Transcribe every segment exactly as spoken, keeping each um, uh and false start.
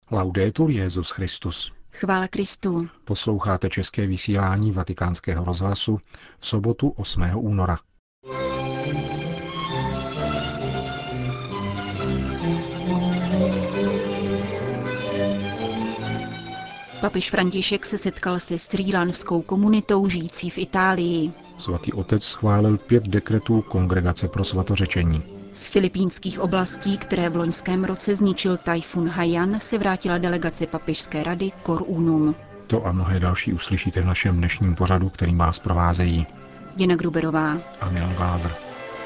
Laudetur Jesus Christus. Chvála Kristu. Posloucháte české vysílání Vatikánského rozhlasu v sobotu osmého února. Papež František se setkal se srílanskou komunitou žijící v Itálii. Svatý otec schválil pět dekretů Kongregace pro svatořečení. Z filipínských oblastí, které v loňském roce zničil tajfun Haiyan, se vrátila delegace papežské rady Cor Unum. To a mnohé další uslyšíte v našem dnešním pořadu, kterým vás provázejí Jana Gruberová a Milan Glázer.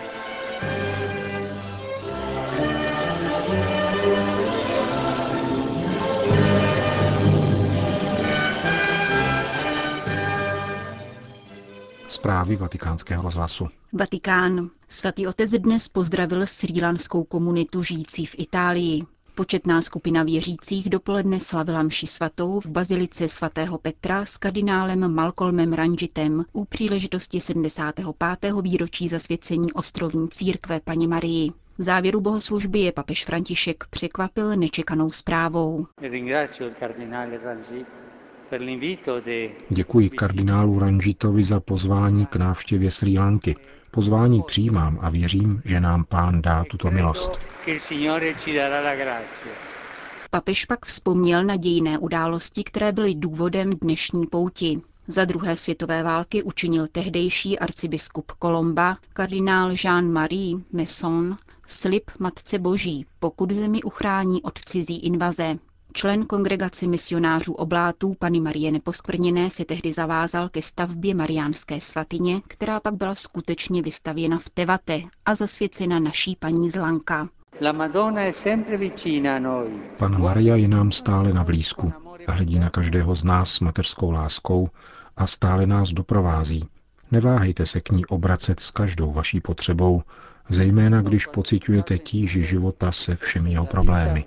Zprávy Vatikánského rozhlasu. Vatikán. Svatý otec dnes pozdravil srílanskou komunitu žijící v Itálii. Početná skupina věřících dopoledne slavila mši svatou v bazilice svatého Petra s kardinálem Malcolmem Ranjitem u příležitosti sedmdesátého pátého výročí zasvěcení ostrovní církve Panně Marii. V závěru bohoslužby je papež František překvapil nečekanou zprávou. Děkuji kardinálu Ranjitovi za pozvání k návštěvě Srí Lanky. Pozvání přijímám a věřím, že nám Pán dá tuto milost. Papež pak vzpomněl na dějinné události, které byly důvodem dnešní pouti. Za druhé světové války učinil tehdejší arcibiskup Colomba, kardinál Jean-Marie Masson, slib Matce Boží, pokud zemi uchrání od cizí invaze. Člen kongregace misionářů oblátů Panny Marie Neposkvrněné se tehdy zavázal ke stavbě mariánské svatyně, která pak byla skutečně vystavěna v Tevate a zasvěcena naší paní z Lanka. Panna Maria je nám stále na blízku a hledí na každého z nás s mateřskou láskou a stále nás doprovází. Neváhejte se k ní obracet s každou vaší potřebou, zejména když pociťujete tíži života se všemi jeho problémy.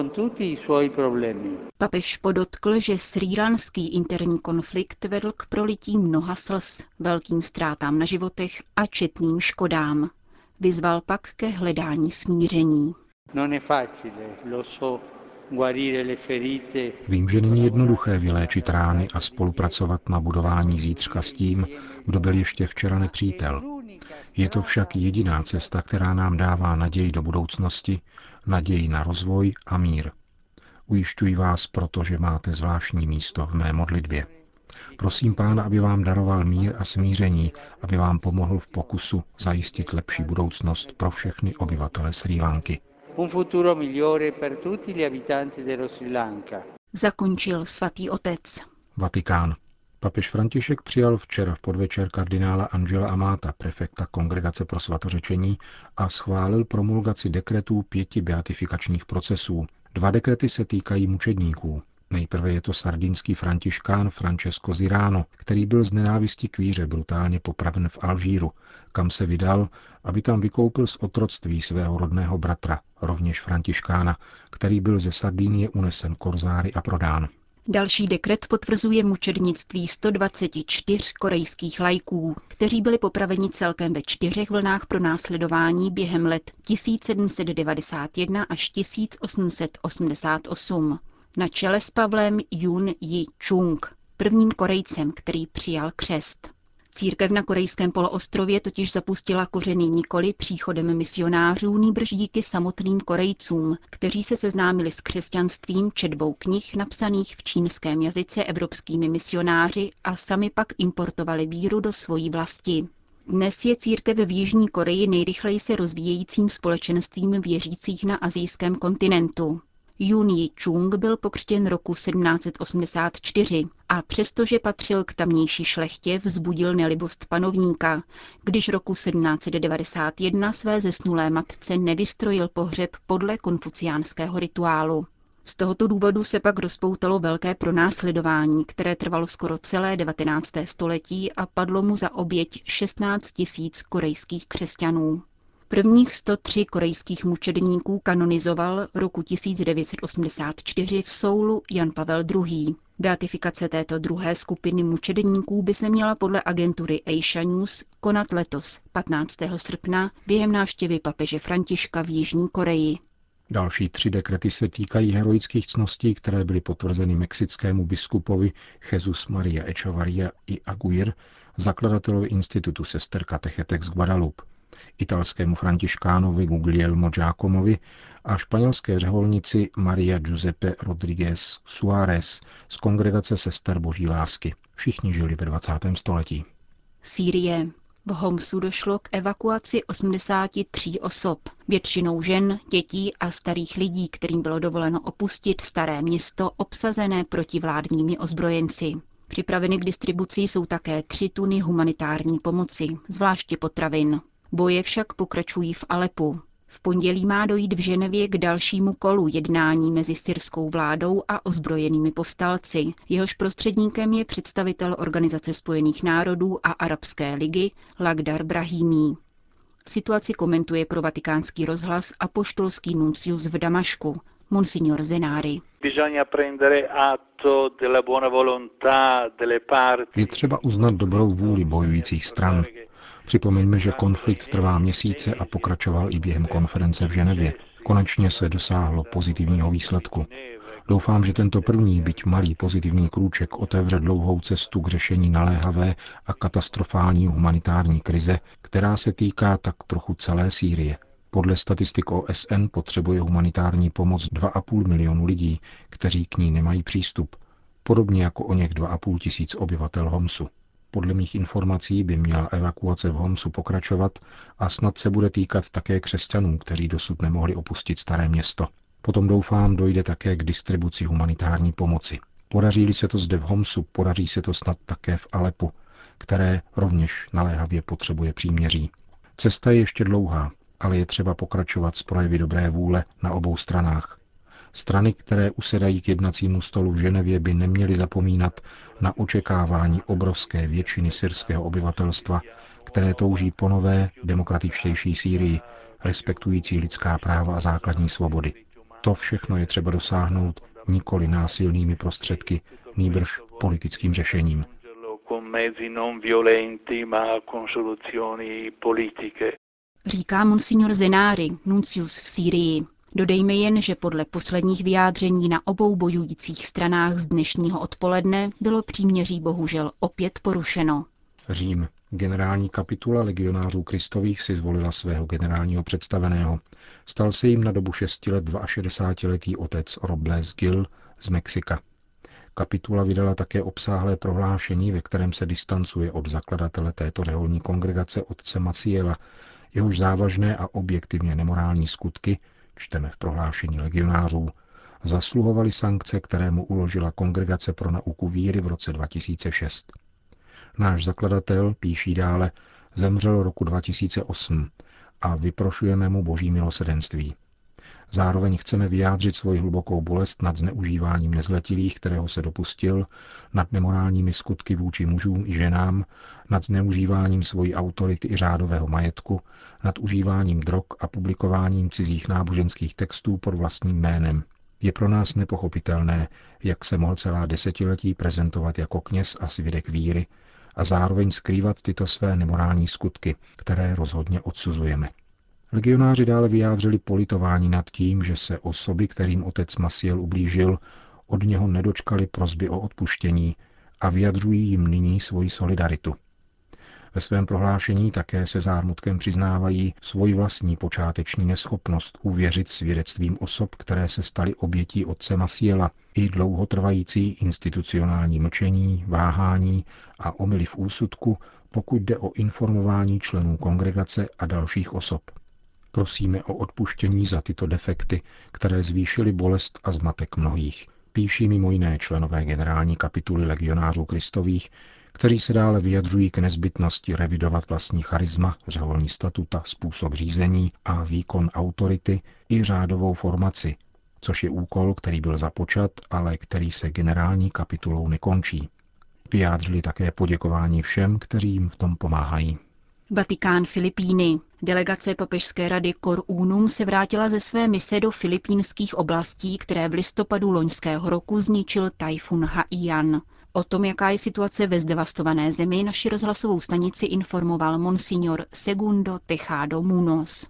Papež podotkl, že srílanský interní konflikt vedl k prolití mnoha slz, velkým ztrátám na životech a četným škodám. Vyzval pak ke hledání smíření. Vím, že není jednoduché vyléčit rány a spolupracovat na budování zítřka s tím, kdo byl ještě včera nepřítel. Je to však jediná cesta, která nám dává naději do budoucnosti, naději na rozvoj a mír. Ujišťuji vás proto, že máte zvláštní místo v mé modlitbě. Prosím Pána, aby vám daroval mír a smíření, aby vám pomohl v pokusu zajistit lepší budoucnost pro všechny obyvatele Srí Lanky. Zakončil svatý otec. Vatikán. Papež František přijal včera v podvečer kardinála Angela Amata, prefekta Kongregace pro svatořečení, a schválil promulgaci dekretů pěti beatifikačních procesů. Dva dekrety se týkají mučedníků. Nejprve je to sardinský františkán Francesco Zirano, který byl z nenávisti k víře brutálně popraven v Alžíru, kam se vydal, aby tam vykoupil z otroctví svého rodného bratra, rovněž františkána, který byl ze Sardinie unesen korzáry a prodán. Další dekret potvrzuje mučednictví sto dvacet čtyři korejských laiků, kteří byli popraveni celkem ve čtyřech vlnách pronásledování během let tisíc sedm set devadesát jedna až tisíc osm set osmdesát osm. Na čele s Pavlem Jun Ji-chung, prvním Korejcem, který přijal křest. Církev na korejském poloostrově totiž zapustila kořeny nikoli příchodem misionářů, nýbrž díky samotným Korejcům, kteří se seznámili s křesťanstvím četbou knih napsaných v čínském jazyce evropskými misionáři a sami pak importovali víru do svojí vlasti. Dnes je církev v Jižní Koreji nejrychleji se rozvíjejícím společenstvím věřících na asijském kontinentu. Jun Ji-chung byl pokřtěn roku sedmnáct set osmdesát čtyři a přestože patřil k tamnější šlechtě, vzbudil nelibost panovníka, když roku sedmnáct set devadesát jedna své zesnulé matce nevystrojil pohřeb podle konfuciánského rituálu. Z tohoto důvodu se pak rozpoutalo velké pronásledování, které trvalo skoro celé devatenácté století a padlo mu za oběť šestnáct tisíc korejských křesťanů. Prvních sto tři korejských mučedníků kanonizoval roku tisíc devět set osmdesát čtyři v Soulu Jan Pavel druhý. Beatifikace této druhé skupiny mučedníků by se měla podle agentury Asia News konat letos, patnáctého srpna, během návštěvy papeže Františka v Jižní Koreji. Další tři dekrety se týkají heroických cností, které byly potvrzeny mexickému biskupovi Jesus Maria Echevarria y Aguirre, zakladatelovi institutu sester Catechetex Guadalupe, italskému františkánovi Guglielmo Giacomovi a španělské řeholnici Maria Giuseppe Rodriguez Suárez z kongregace sester Boží lásky. Všichni žili ve dvacátém století. Sýrie. V Homsu došlo k evakuaci osmdesáti tří osob, většinou žen, dětí a starých lidí, kterým bylo dovoleno opustit staré město obsazené protivládními ozbrojenci. Připraveny k distribuci jsou také tři tuny humanitární pomoci, zvláště potravin. Boje však pokračují v Alepu. V pondělí má dojít v Ženevě k dalšímu kolu jednání mezi syrskou vládou a ozbrojenými povstalci. Jehož prostředníkem je představitel Organizace spojených národů a Arabské ligy Lagdar Brahimi. Situaci komentuje pro Vatikánský rozhlas apoštolský nuncius v Damašku, Monsignor Zenari. Je třeba uznat dobrou vůli bojujících stran. Připomeňme, že konflikt trvá měsíce a pokračoval i během konference v Ženevě. Konečně se dosáhlo pozitivního výsledku. Doufám, že tento první, byť malý pozitivní krůček otevře dlouhou cestu k řešení naléhavé a katastrofální humanitární krize, která se týká tak trochu celé Sýrie. Podle statistik O S N potřebuje humanitární pomoc dva a půl milionu lidí, kteří k ní nemají přístup, podobně jako o něch dva a půl tisíc obyvatel Homsu. Podle mých informací by měla evakuace v Homsu pokračovat a snad se bude týkat také křesťanů, kteří dosud nemohli opustit staré město. Potom doufám, dojde také k distribuci humanitární pomoci. Podaří-li se to zde v Homsu, podaří se to snad také v Alepu, které rovněž naléhavě potřebuje příměří. Cesta je ještě dlouhá, ale je třeba pokračovat s projevy dobré vůle na obou stranách. Strany, které usedají k jednacímu stolu v Ženevě, by neměly zapomínat na očekávání obrovské většiny syrského obyvatelstva, které touží po nové, demokratičtější Sýrii, respektující lidská práva a základní svobody. To všechno je třeba dosáhnout nikoli násilnými prostředky, nýbrž politickým řešením. Říká monsignor Zenari, nuncius v Sýrii. Dodejme jen, že podle posledních vyjádření na obou bojujících stranách z dnešního odpoledne bylo příměří bohužel opět porušeno. Řím. Generální kapitula legionářů Kristových si zvolila svého generálního představeného. Stal se jim na dobu šesti let šedesátiletý otec Robles Gil z Mexika. Kapitula vydala také obsáhlé prohlášení, ve kterém se distancuje od zakladatele této řeholní kongregace otce Maciela, jehož závažné a objektivně nemorální skutky, čteme v prohlášení legionářů, zasluhovaly sankce, které mu uložila Kongregace pro nauku víry v roce dva tisíce šest. Náš zakladatel, píší dále, zemřel roku dva tisíce osm a vyprošujeme mu boží milosrdenství. Zároveň chceme vyjádřit svoji hlubokou bolest nad zneužíváním nezletilých, kterého se dopustil, nad nemorálními skutky vůči mužům i ženám, nad zneužíváním svojí autority i řádového majetku, nad užíváním drog a publikováním cizích náboženských textů pod vlastním jménem. Je pro nás nepochopitelné, jak se mohl celá desetiletí prezentovat jako kněz a svědek víry a zároveň skrývat tyto své nemorální skutky, které rozhodně odsuzujeme. Legionáři dále vyjádřili politování nad tím, že se osoby, kterým otec Maciel ublížil, od něho nedočkali prosby o odpuštění a vyjadřují jim nyní svoji solidaritu. Ve svém prohlášení také se zármutkem přiznávají svoji vlastní počáteční neschopnost uvěřit svědectvím osob, které se staly obětí otce Maciela, i dlouhotrvající institucionální mlčení, váhání a omyly v úsudku, pokud jde o informování členů kongregace a dalších osob. Prosíme o odpuštění za tyto defekty, které zvýšily bolest a zmatek mnohých. Píší mimo jiné členové generální kapituly legionářů Kristových, kteří se dále vyjadřují k nezbytnosti revidovat vlastní charisma, řeholní statuta, způsob řízení a výkon autority i řádovou formaci, což je úkol, který byl započat, ale který se generální kapitulou nekončí. Vyjádřili také poděkování všem, kteří jim v tom pomáhají. Vatikán Filipíny. Delegace Papežské rady Cor Unum se vrátila ze své mise do filipínských oblastí, které v listopadu loňského roku zničil tajfun Haiyan. O tom, jaká je situace ve zdevastované zemi, naši rozhlasovou stanici informoval monsignor Segundo Tejado Munoz.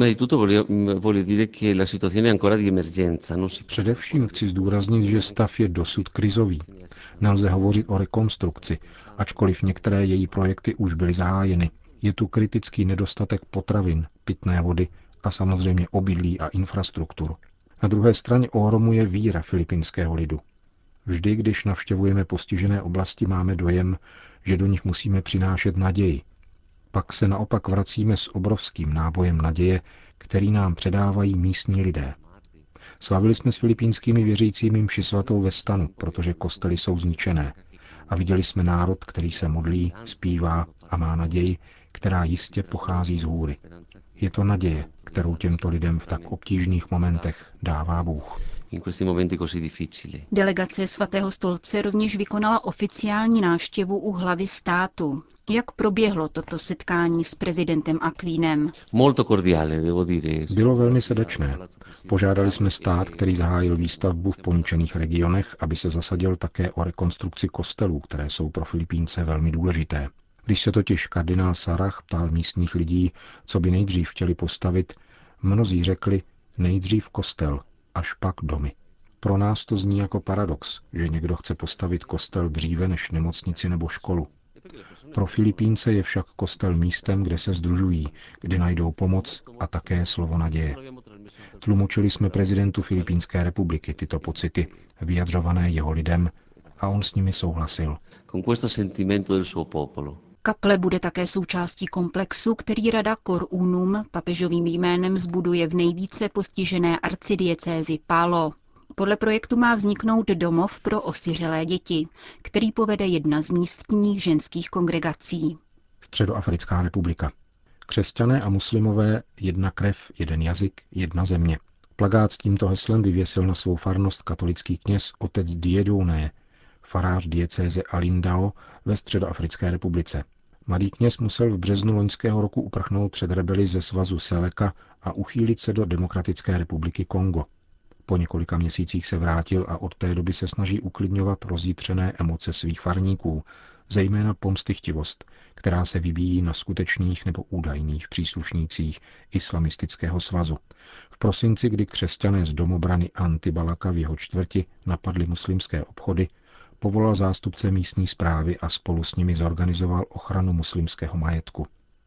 Především chci zdůraznit, že stav je dosud krizový. Nelze hovořit o rekonstrukci, ačkoliv některé její projekty už byly zahájeny. Je tu kritický nedostatek potravin, pitné vody a samozřejmě obydlí a infrastruktur. Na druhé straně ohromuje víra filipínského lidu. Vždy, když navštěvujeme postižené oblasti, máme dojem, že do nich musíme přinášet naději. Pak se naopak vracíme s obrovským nábojem naděje, který nám předávají místní lidé. Slavili jsme s filipínskými věřícími mši svatou ve stanu, protože kostely jsou zničené. A viděli jsme národ, který se modlí, zpívá a má naději, která jistě pochází z hůry. Je to naděje, kterou těmto lidem v tak obtížných momentech dává Bůh. Delegace svatého stolce rovněž vykonala oficiální návštěvu u hlavy státu. Jak proběhlo toto setkání s prezidentem Aquinem? Bylo velmi srdečné. Požádali jsme stát, který zahájil výstavbu v poničených regionech, aby se zasadil také o rekonstrukci kostelů, které jsou pro Filipínce velmi důležité. Když se totiž kardinál Sarah ptal místních lidí, co by nejdřív chtěli postavit, mnozí řekli nejdřív kostel, až pak domy. Pro nás to zní jako paradox, že někdo chce postavit kostel dříve než nemocnici nebo školu. Pro Filipínce je však kostel místem, kde se sdružují, kde najdou pomoc a také slovo naděje. Tlumočili jsme prezidentu Filipínské republiky tyto pocity, vyjadřované jeho lidem, a on s nimi souhlasil. Kaple bude také součástí komplexu, který rada Cor Unum papežovým jménem zbuduje v nejvíce postižené arcidiecézi Palo. Podle projektu má vzniknout domov pro osiřelé děti, který povede jedna z místních ženských kongregací. Středoafrická republika. Křesťané a muslimové, jedna krev, jeden jazyk, jedna země. Plakát s tímto heslem vyvěsil na svou farnost katolický kněz otec Dieudonné, farář diecéze Alindao ve Středoafrické republice. Mladý kněz musel v březnu loňského roku uprchnout před rebeli ze svazu Seleka a uchýlit se do Demokratické republiky Kongo. Po několika měsících se vrátil a od té doby se snaží uklidňovat rozjitřené emoce svých farníků, zejména pomstychtivost, která se vyvíjí na skutečných nebo údajných příslušnících islamistického svazu. V prosinci, kdy křesťané z domobrany Antibalaka v jeho čtvrti napadli muslimské obchody, povolal zástupce místní správy a spolu s nimi zorganizoval ochranu muslimského majetku.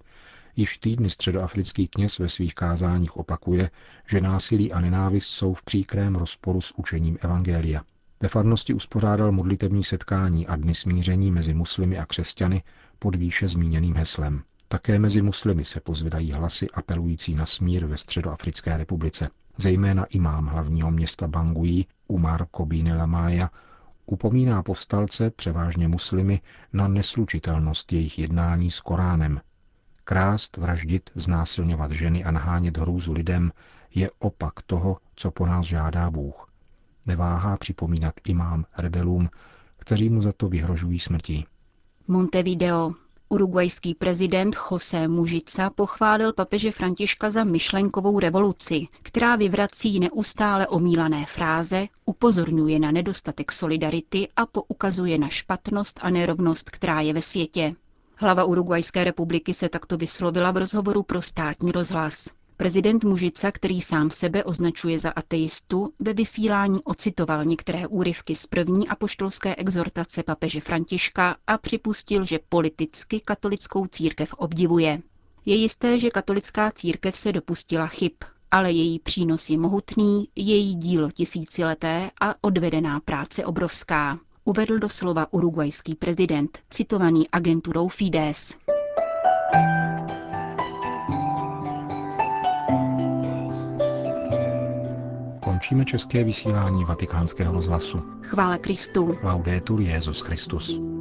Již týdny středoafrický kněz ve svých kázáních opakuje, že násilí a nenávist jsou v příkrém rozporu s učením evangelia. Ve farnosti uspořádal modlitební setkání a dny smíření mezi muslimy a křesťany pod výše zmíněným heslem. Také mezi muslimy se pozvedají hlasy apelující na smír ve Středoafrické republice. Zejména imám hlavního města Bangui, Umar Kobine Lamaya, upomíná povstalce, převážně muslimy, na neslučitelnost jejich jednání s Koránem. Krást, vraždit, znásilňovat ženy a nahánět hrůzu lidem je opak toho, co po nás žádá Bůh. Neváhá připomínat imám rebelům, kteří mu za to vyhrožují smrtí. Montevideo. Uruguajský prezident José Mujica pochválil papeže Františka za myšlenkovou revoluci, která vyvrací neustále omílané fráze, upozorňuje na nedostatek solidarity a poukazuje na špatnost a nerovnost, která je ve světě. Hlava Uruguajské republiky se takto vyslovila v rozhovoru pro státní rozhlas. Prezident Mujica, který sám sebe označuje za ateistu, ve vysílání ocitoval některé úryvky z první apoštolské exhortace papeže Františka a připustil, že politicky katolickou církev obdivuje. Je jisté, že katolická církev se dopustila chyb, ale její přínos je mohutný, její dílo tisícileté a odvedená práce obrovská, uvedl doslova uruguajský prezident, citovaný agenturou Fides. Končíme české vysílání Vatikánského rozhlasu. Chvála Kristu. Laudetur Jesus Christus.